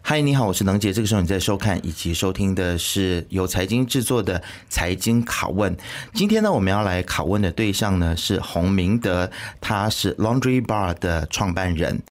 嗨，你好，我是能杰。这个时候你在收看以及收听的是由财经制作的财经拷问。今天呢，我们要来拷问的对象呢是洪明德，他是 Laundry Bar 的创办人。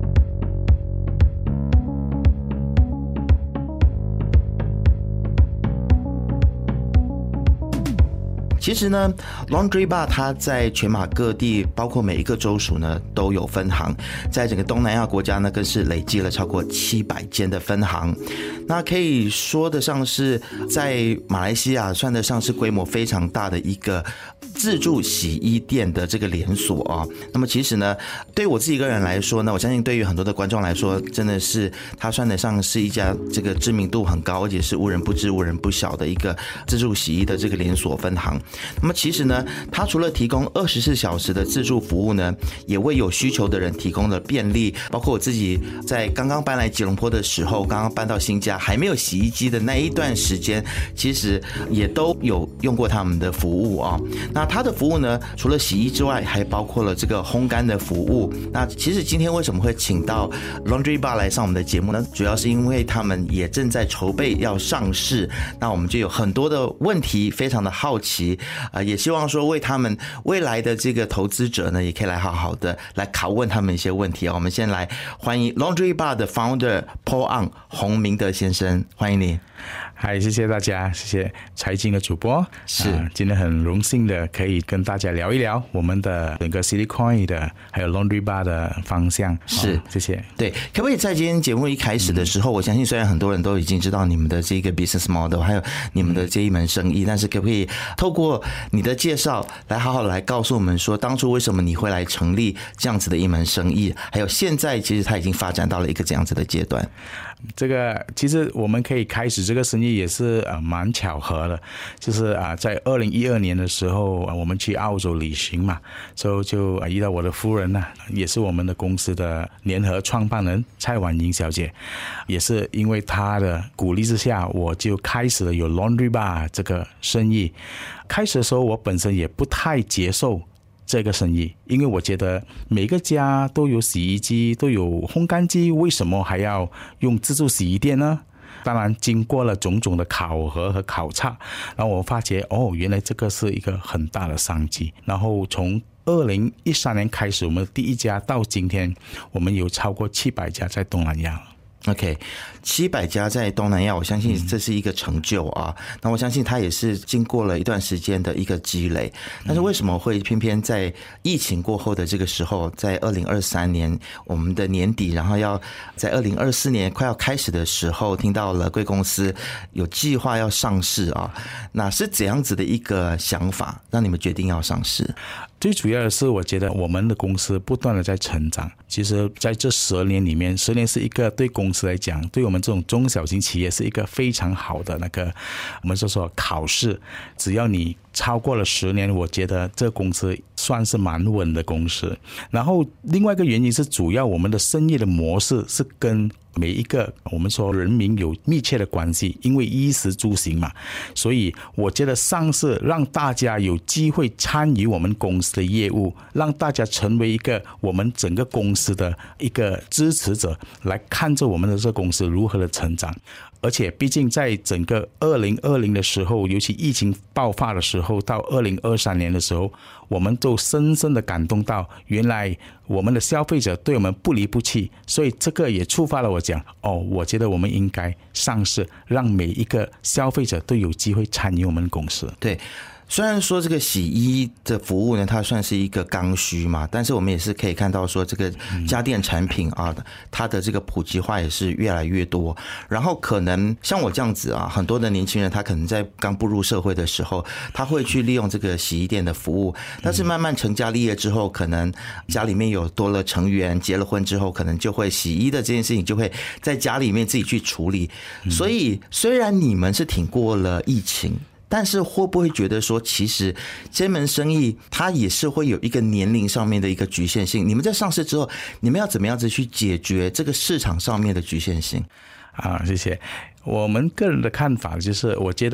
其实呢 Laundry Bar 它在全马各地包括每一个州属呢都有分行，在整个东南亚国家呢更是累积了超过700间的分行。那可以说得上是在马来西亚算得上是规模非常大的一个自助洗衣店的这个连锁啊。那么其实呢，对我自己个人来说呢，我相信对于很多的观众来说，真的是它算得上是一家这个知名度很高，而且是无人不知无人不晓的一个自助洗衣的这个连锁分行。那么其实呢，它除了提供24小时的自助服务呢，也为有需求的人提供了便利。包括我自己在刚刚搬来吉隆坡的时候，刚刚搬到新家还没有洗衣机的那一段时间，其实也都有用过他们的服务啊。那它的服务呢，除了洗衣之外，还包括了这个烘干的服务。那其实今天为什么会请到 Laundry Bar 来上我们的节目呢？主要是因为他们也正在筹备要上市，那我们就有很多的问题，非常的好奇。也希望说为他们未来的这个投资者呢，也可以来好好的来拷问他们一些问题啊。我们先来欢迎 Laundry Bar 的 Founder Paul Ang 洪明德先生，欢迎你。 嗨，谢谢大家，谢谢财经的主播。 是， 今天很荣幸的可以跟大家聊一聊我们的整个 City Coin 的还有 Laundry Bar 的方向。 是， 谢谢。 对，可不可以在今天节目一开始的时候，我相信虽然很多人都已经知道你们的这个 business model， 还有你们的这一门生意，但是可不可以透过你的介绍来好好来告诉我们说，当初为什么你会来成立这样子的一门生意，还有现在其实它已经发展到了一个怎样子的阶段？ 这个其实我们可以开始这个生意也是蛮巧合的，就是在2012年的时候，我们去澳洲旅行嘛，就遇到我的夫人呢，也是我们的公司的联合创办人蔡婉莹小姐，也是因为她的鼓励之下，我就开始了有 Laundry Bar 这个生意。开始的时候，我本身也不太接受这个生意，因为我觉得每个家都有洗衣机，都有烘干机，为什么还要用自助洗衣店呢？当然经过了种种的考核和考察，然后我发觉原来这个是一个很大的商机。然后从2013年开始，我们第一家到今天，我们有超过700家在东南亚。 OK， 700家在东南亚，我相信这是一个成就啊。那我相信它也是经过了一段时间的一个积累。但是为什么会偏偏在疫情过后的这个时候，在2023年我们的年底，然后要在2024年快要开始的时候，听到了贵公司有计划要上市啊？那是怎样子的一个想法让你们决定要上市？ 最主要的是，我觉得我们的公司不断的在成长。其实在这10年里面，10年是一个对公司来讲，对我们这种中小型企业是一个非常好的那个我们说考试。只要你超过了10年，我觉得这个公司算是蛮稳的公司。然后另外一个原因是，主要我们的生意的模式是跟每一个我们说人民有密切的关系，因为衣食住行嘛，所以我觉得上市让大家有机会参与我们公司的业务，让大家成为一个我们整个公司的一个支持者，来看着我们的这个公司如何的成长。而且毕竟在整个2020的时候，尤其疫情爆发的时候，到2023年的时候，我们都深深的感动到，原来我们的消费者对我们不离不弃。所以这个也触发了我讲，我觉得我们应该上市，让每一个消费者都有机会参与我们的公司。 对，虽然说这个洗衣的服务呢，它算是一个刚需嘛，但是我们也是可以看到说，这个家电产品啊，它的这个普及化也是越来越多。然后可能像我这样子啊，很多的年轻人他可能在刚步入社会的时候，他会去利用这个洗衣店的服务，但是慢慢成家立业之后，可能家里面有多了成员，结了婚之后，可能就会洗衣的这件事情就会在家里面自己去处理。所以虽然你们是挺过了疫情，但是会不会觉得说，其实这门生意它也是会有一个年龄上面的一个局限性？你们在上市之后，你们要怎么样子去解决这个市场上面的局限性？ 谢谢。我们个人的看法就是，我觉得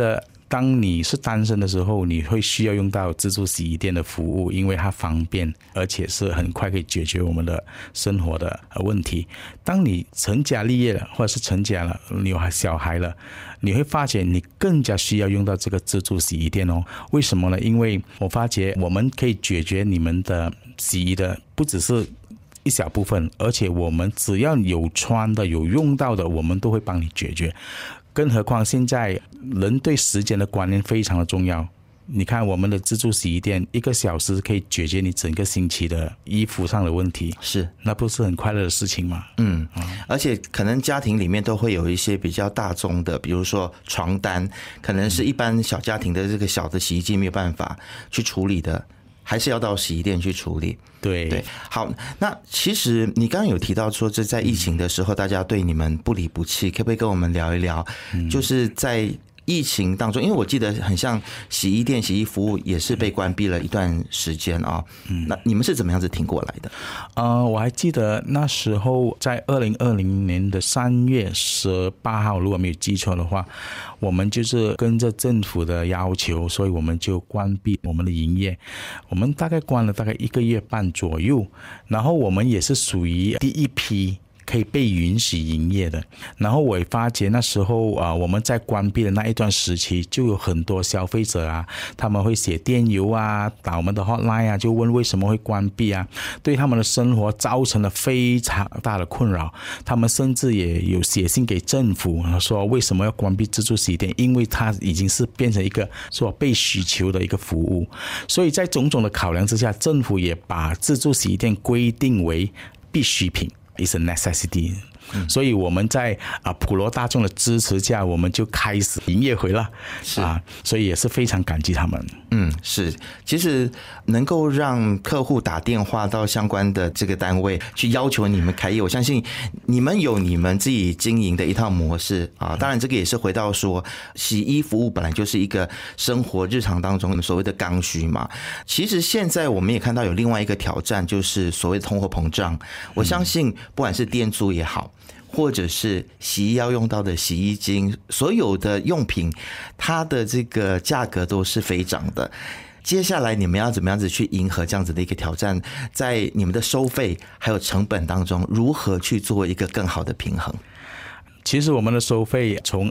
当你是单身的时候，你会需要用到自助洗衣店的服务，因为它方便，而且是很快可以解决我们的生活的问题。当你成家立业了，或者是成家了，你有小孩了，你会发觉你更加需要用到这个自助洗衣店哦。为什么呢？因为我发觉我们可以解决你们的洗衣的不只是一小部分，而且我们只要有穿的有用到的，我们都会帮你解决。更何况现在人对时间的观念非常的重要，你看我们的自助洗衣店1个小时可以解决你整个星期的衣服上的问题， 是， 那不是很快乐的事情吗？ 而且可能家庭里面都会有一些比较大众的，比如说床单，可能是一般小家庭的这个小的洗衣机没有办法去处理的，还是要到洗衣店去处理。 对， 好，那其实你刚刚有提到说，这在疫情的时候，大家对你们不离不弃，可不可以跟我们聊一聊？就是在疫情当中，因为我记得很像洗衣店、洗衣服务也是被关闭了一段时间啊。那你们是怎么样子挺过来的？ 我还记得那时候在2020年的3月18号，如果没有记错的话，我们就是跟着政府的要求，所以我们就关闭我们的营业。我们大概关了大概1个月半左右，然后我们也是属于第一批可以被允许营业的。然后我也发觉那时候我们在关闭的那一段时期，就有很多消费者啊，他们会写电邮啊，打我们的 hotline 啊，就问为什么会关闭啊，对他们的生活造成了非常大的困扰。他们甚至也有写信给政府说为什么要关闭自助洗衣店，因为它已经是变成一个说被需求的一个服务。所以在种种的考量之下，政府也把自助洗衣店规定为必需品，is a necessity。所以我们在普罗大众的支持下，我们就开始营业回了，所以也是非常感激他们。 是，其实能够让客户打电话到相关的这个单位去要求你们开业，我相信你们有你们自己经营的一套模式啊。当然，这个也是回到说，洗衣服务本来就是一个生活日常当中所谓的刚需嘛。其实现在我们也看到有另外一个挑战，就是所谓的通货膨胀。我相信不管是店租也好，或者是洗衣要用到的洗衣精，所有的用品，它的这个价格都是飞涨的。接下来你们要怎么样子去迎合这样子的一个挑战，在你们的收费还有成本当中，如何去做一个更好的平衡？ 其实我们的收费从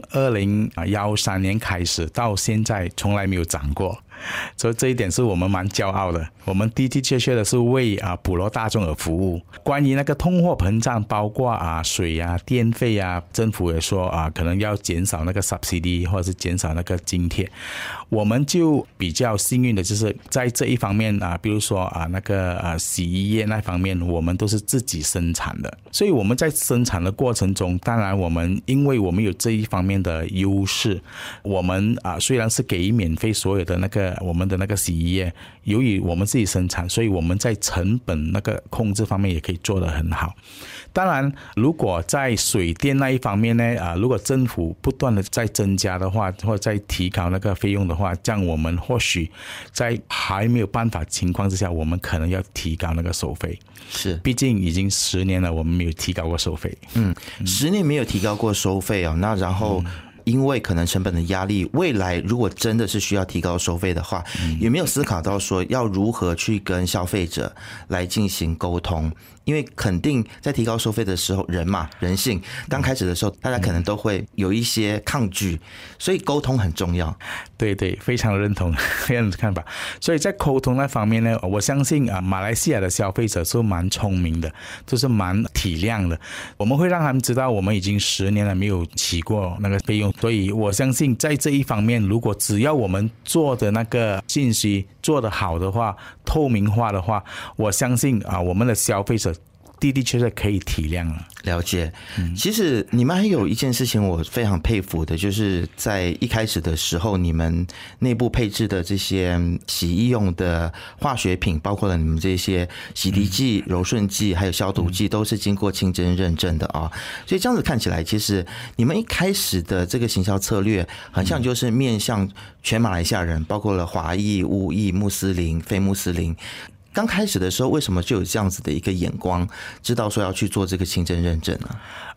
2013年开始到现在从来没有涨过，所以这一点是我们蛮骄傲的。我们的的确确的是为普罗大众而服务。关于那个通货膨胀，包括水啊、电费啊，政府也说可能要减少那个 subsidy 或者是减少那个津贴。我们就比较幸运的就是在这一方面比如说那个洗衣液那方面，我们都是自己生产的。所以我们在生产的过程中，当然因为我们有这一方面的优势，我们虽然是给免费所有的我们的那个洗衣液，由于我们自己生产，所以我们在成本那个控制方面也可以做得很好。当然，如果在水电那一方面呢，如果政府不断的在增加的话，或者在提高那个费用的话，这样我们或许在还没有办法情况之下，我们可能要提高那个收费。 是， 毕竟已经10年了，我们没有提高过收费。 10年没有提高过收费那然后因为可能成本的压力，未来如果真的是需要提高收费的话，有没有思考到说要如何去跟消费者来进行沟通？因为肯定在提高收费的时候，人性刚开始的时候，大家可能都会有一些抗拒，所以沟通很重要。 对，非常认同这样的看法。所以在沟通那方面呢，我相信马来西亚的消费者是蛮聪明的，就是蛮体谅的。我们会让他们知道，我们已经10年了没有起过那个费用，所以我相信在这一方面，如果只要我们做的那个信息做得好的话，透明化的话，我相信我们的消费者的确可以体谅了。 了解。其实你们还有一件事情我非常佩服的，就是在一开始的时候，你们内部配置的这些洗衣用的化学品，包括了你们这些洗涤剂、柔顺剂还有消毒剂，都是经过清真认证的所以这样子看起来，其实你们一开始的这个行销策略很像就是面向全马来西亚人，包括了华裔、巫裔、穆斯林、非穆斯林。刚开始的时候为什么就有这样子的一个眼光，知道说要去做这个清真认证呢？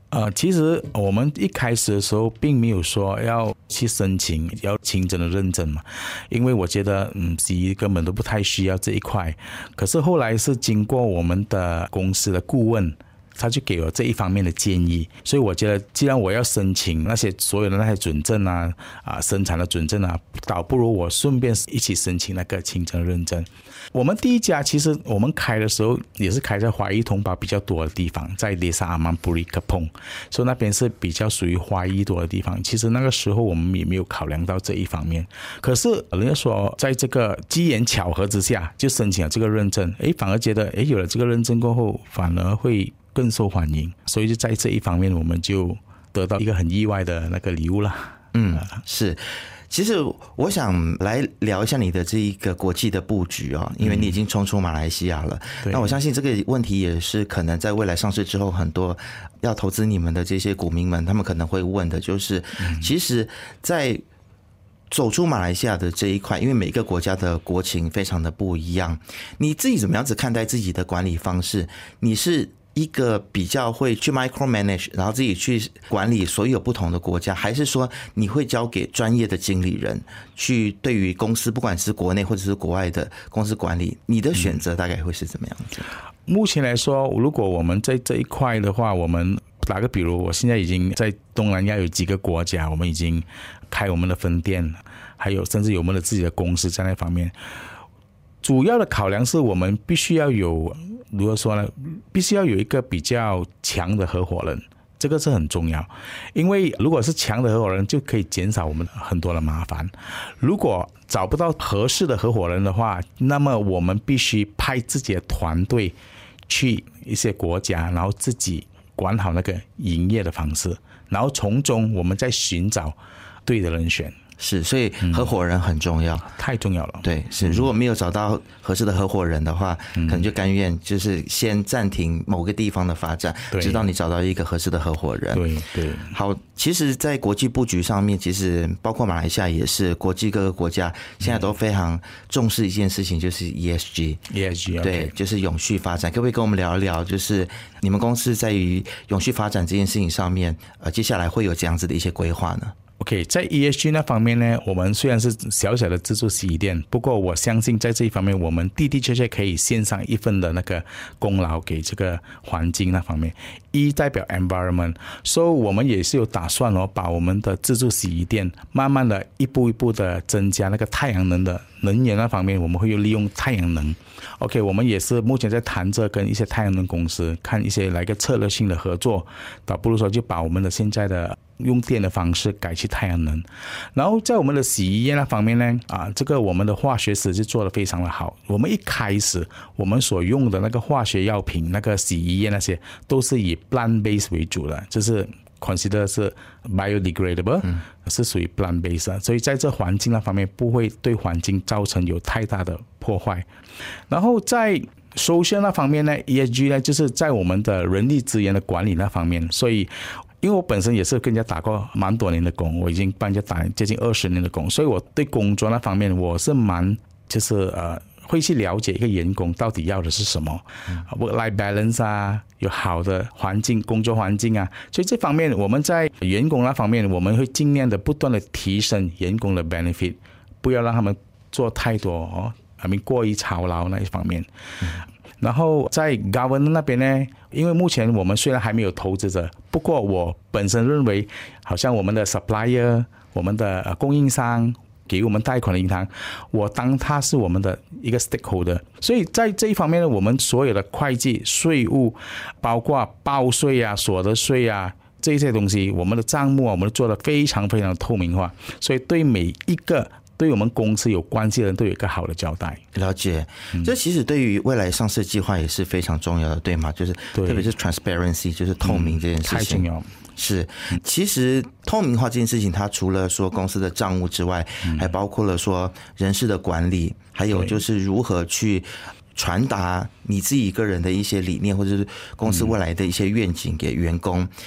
其实我们一开始的时候并没有说要去申请要清真的认证嘛，因为我觉得CE 根本都不太需要这一块。可是后来是经过我们的公司的顾问，他就给我这一方面的建议，所以我觉得既然我要申请那些所有的那些准证生产的准证倒不如我顺便一起申请那个清真认证。我们第一家其实我们开的时候也是开在华裔同胞比较多的地方，在Desa Aman Puri Kepong，所以那边是比较属于华裔多的地方。其实那个时候我们也没有考量到这一方面，可是人家说在这个机缘巧合之下就申请了这个认证，反而觉得有了这个认证过后反而会更受欢迎，所以就在这一方面我们就得到一个很意外的那个礼物啦。 是。其实我想来聊一下你的这一个国际的布局因为你已经冲出马来西亚了。那我相信这个问题也是可能在未来上市之后，很多要投资你们的这些股民们，他们可能会问的就是，其实在走出马来西亚的这一块，因为每个国家的国情非常的不一样，你自己怎么样子看待自己的管理方式？你是一个比较会去 micromanage， 然后自己去管理所有不同的国家，还是说你会交给专业的经理人去对于公司不管是国内或者是国外的公司管理，你的选择大概会是怎么样子？ 目前来说，如果我们在这一块的话，我们打个比如，我现在已经在东南亚有几个国家，我们已经开我们的分店，还有甚至有我们的自己的公司在那方面。主要的考量是我们必须要有，如何说呢？必须要有一个比较强的合伙人，这个是很重要。因为如果是强的合伙人，就可以减少我们很多的麻烦。如果找不到合适的合伙人的话，那么我们必须派自己的团队去一些国家，然后自己管好那个营业的方式，然后从中我们再寻找对的人选。 是，所以合伙人很重要， 太重要了。 对，是，如果没有找到合适的合伙人的话，可能就甘愿就是先暂停某个地方的发展，直到你找到一个合适的合伙人。 对。 好，其实在国际布局上面，其实包括马来西亚也是，国际各个国家现在都非常重视一件事情，就是 ESG， 对，就是永续发展。可不可以跟我们聊一聊，就是你们公司在于永续发展这件事情上面，接下来会有这样子的一些规划呢？OK， 在 ESG 那方面呢，我们虽然是小小的自助洗衣店，不过我相信在这一方面，我们的确可以献上一份的那个功劳给这个环境那方面。E 代表 environment， 所以我们也是有打算把我们的自助洗衣店慢慢的一步一步的增加那个太阳能的能源那方面，我们会利用太阳能。OK， 我们也是目前在谈着跟一些太阳能公司看一些来个策略性的合作，倒不如说就把我们的现在的用电的方式改去太阳能。然后在我们的洗衣液那方面呢，这个我们的化学师就做得非常的好。我们一开始我们所用的那个化学药品、那个洗衣液那些都是以 plant base 为主的，就是 consider 是 biodegradable，是属于 plant base 的，所以在这环境那方面不会对环境造成有太大的破坏。然后在social 那方面呢 ，ESG 呢就是在我们的人力资源的管理那方面，所以因为我本身也是跟人家打过蛮多年的工，我已经帮人家打接近20年的工，所以我对工作那方面我是蛮就是会去了解一个员工到底要的是什么，work-life balance 有好的环境工作环境所以这方面我们在员工那方面我们会尽量的不断的提升员工的 benefit， 不要让他们做太多过于操劳那一方面。然后在 governance 那边呢，因为目前我们虽然还没有投资者，不过我本身认为好像我们的 supplier 我们的供应商给我们贷款的银行，我当他是我们的一个 stakeholder， 所以在这一方面呢，我们所有的会计税务包括报税所得税这些东西，我们的账目我们做得非常非常的透明化，所以对每一个对我们公司有关系的人都有一个好的交代。 了解，这其实对于未来上市计划也是非常重要的，对吗？就是特别是 transparency， 就是透明这件事情， 太重要。 是，其实透明化这件事情，它除了说公司的账务之外，还包括了说人事的管理，还有就是如何去传达你自己个人的一些理念，或者是公司未来的一些愿景给员工。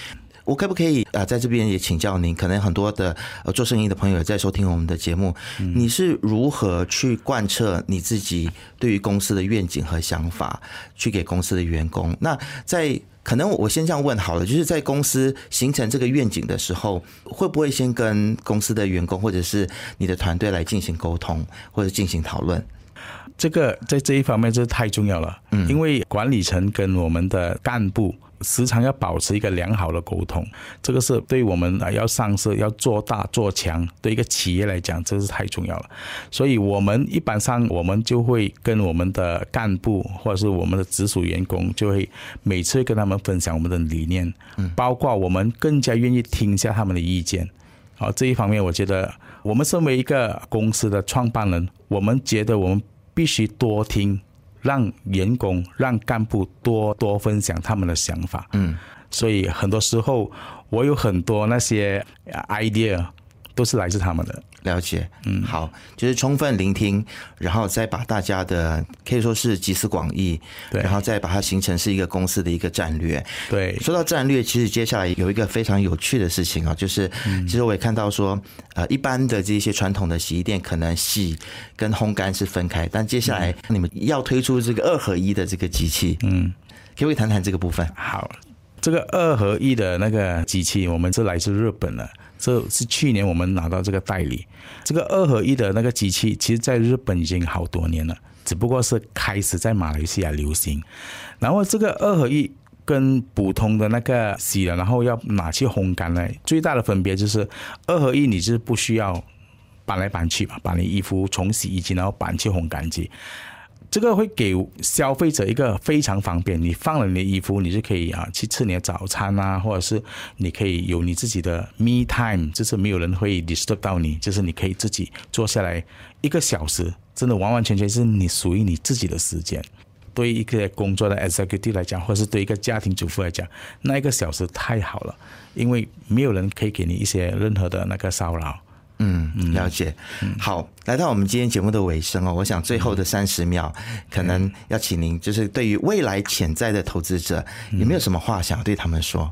我可不可以在这边也请教您，可能很多的做生意的朋友也在收听我们的节目，你是如何去贯彻你自己对于公司的愿景和想法，去给公司的员工？那可能我先这样问好了，就是在公司形成这个愿景的时候，会不会先跟公司的员工或者是你的团队来进行沟通，或者进行讨论？ 这个在这一方面这太重要了，因为管理层跟我们的干部时常要保持一个良好的沟通，这个是对我们要上市要做大做强，对一个企业来讲这是太重要了。所以我们一般上我们就会跟我们的干部或者是我们的直属员工，就会每次跟他们分享我们的理念，包括我们更加愿意听一下他们的意见。好，这一方面我觉得我们身为一个公司的创办人，我们觉得我们必须多听，让员工让干部多分享他们的想法。所以很多时候我有很多那些 idea 都是来自他们的。 了解，好，就是充分聆听，然后再把大家的可以说是集思广益，然后再把它形成是一个公司的一个战略。 对， 说到战略，其实接下来有一个非常有趣的事情啊，就是其实我也看到说，一般的这些传统的洗衣店可能洗跟烘干是分开，但接下来你们要推出这个2合1的这个机器，可不可以谈谈这个部分？ 好，这个2合1的那个机器，我们是来自日本的。这是去年我们拿到这个代理，这个2合1的那个机器，其实在日本已经好多年了，只不过是开始在马来西亚流行。然后这个2合1跟普通的那个洗了，然后要拿去烘干呢，最大的分别就是2合1你是不需要搬来搬去嘛，把你衣服从洗衣机然后搬去烘干机。这个会给消费者一个非常方便，你放了你的衣服，你就可以去吃你的早餐啊，或者是你可以有你自己的 me time， 就是没有人会 disturb 到你，就是你可以自己坐下来1个小时，真的完完全全是你属于你自己的时间。对于一个工作的 executive 来讲，或者是对一个家庭主妇来讲，那1个小时太好了，因为没有人可以给你一些任何的那个骚扰。 了解。好，来到我们今天节目的尾声哦，我想最后的30秒，可能要请您，就是对于未来潜在的投资者，有没有什么话想对他们说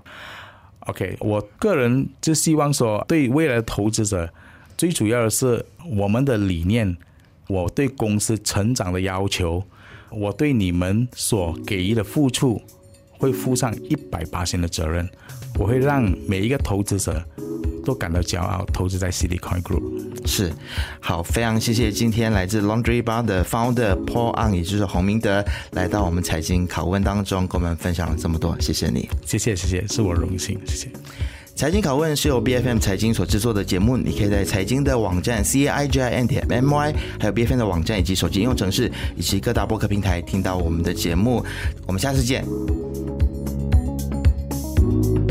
？OK， 我个人就希望说，对未来的投资者，最主要的是我们的理念，我对公司成长的要求，我对你们所给予的付出，会负上100% 的责任，我会让每一个投资者都感到骄傲，投资在 Citicoin Group。 是，好，非常谢谢今天来自 Laundry Bar 的 Founder Paul Ang， 也就是洪明德，来到我们财经拷问当中，跟我们分享了这么多，谢谢你。 谢谢，是我荣幸，谢谢。 财经拷问是由 BFM 财经所制作的节目，你可以在财经的网站 CAIGIN.MY， 还有 BFM 的网站以及手机应用程式以及各大播客平台听到我们的节目。我们下次见。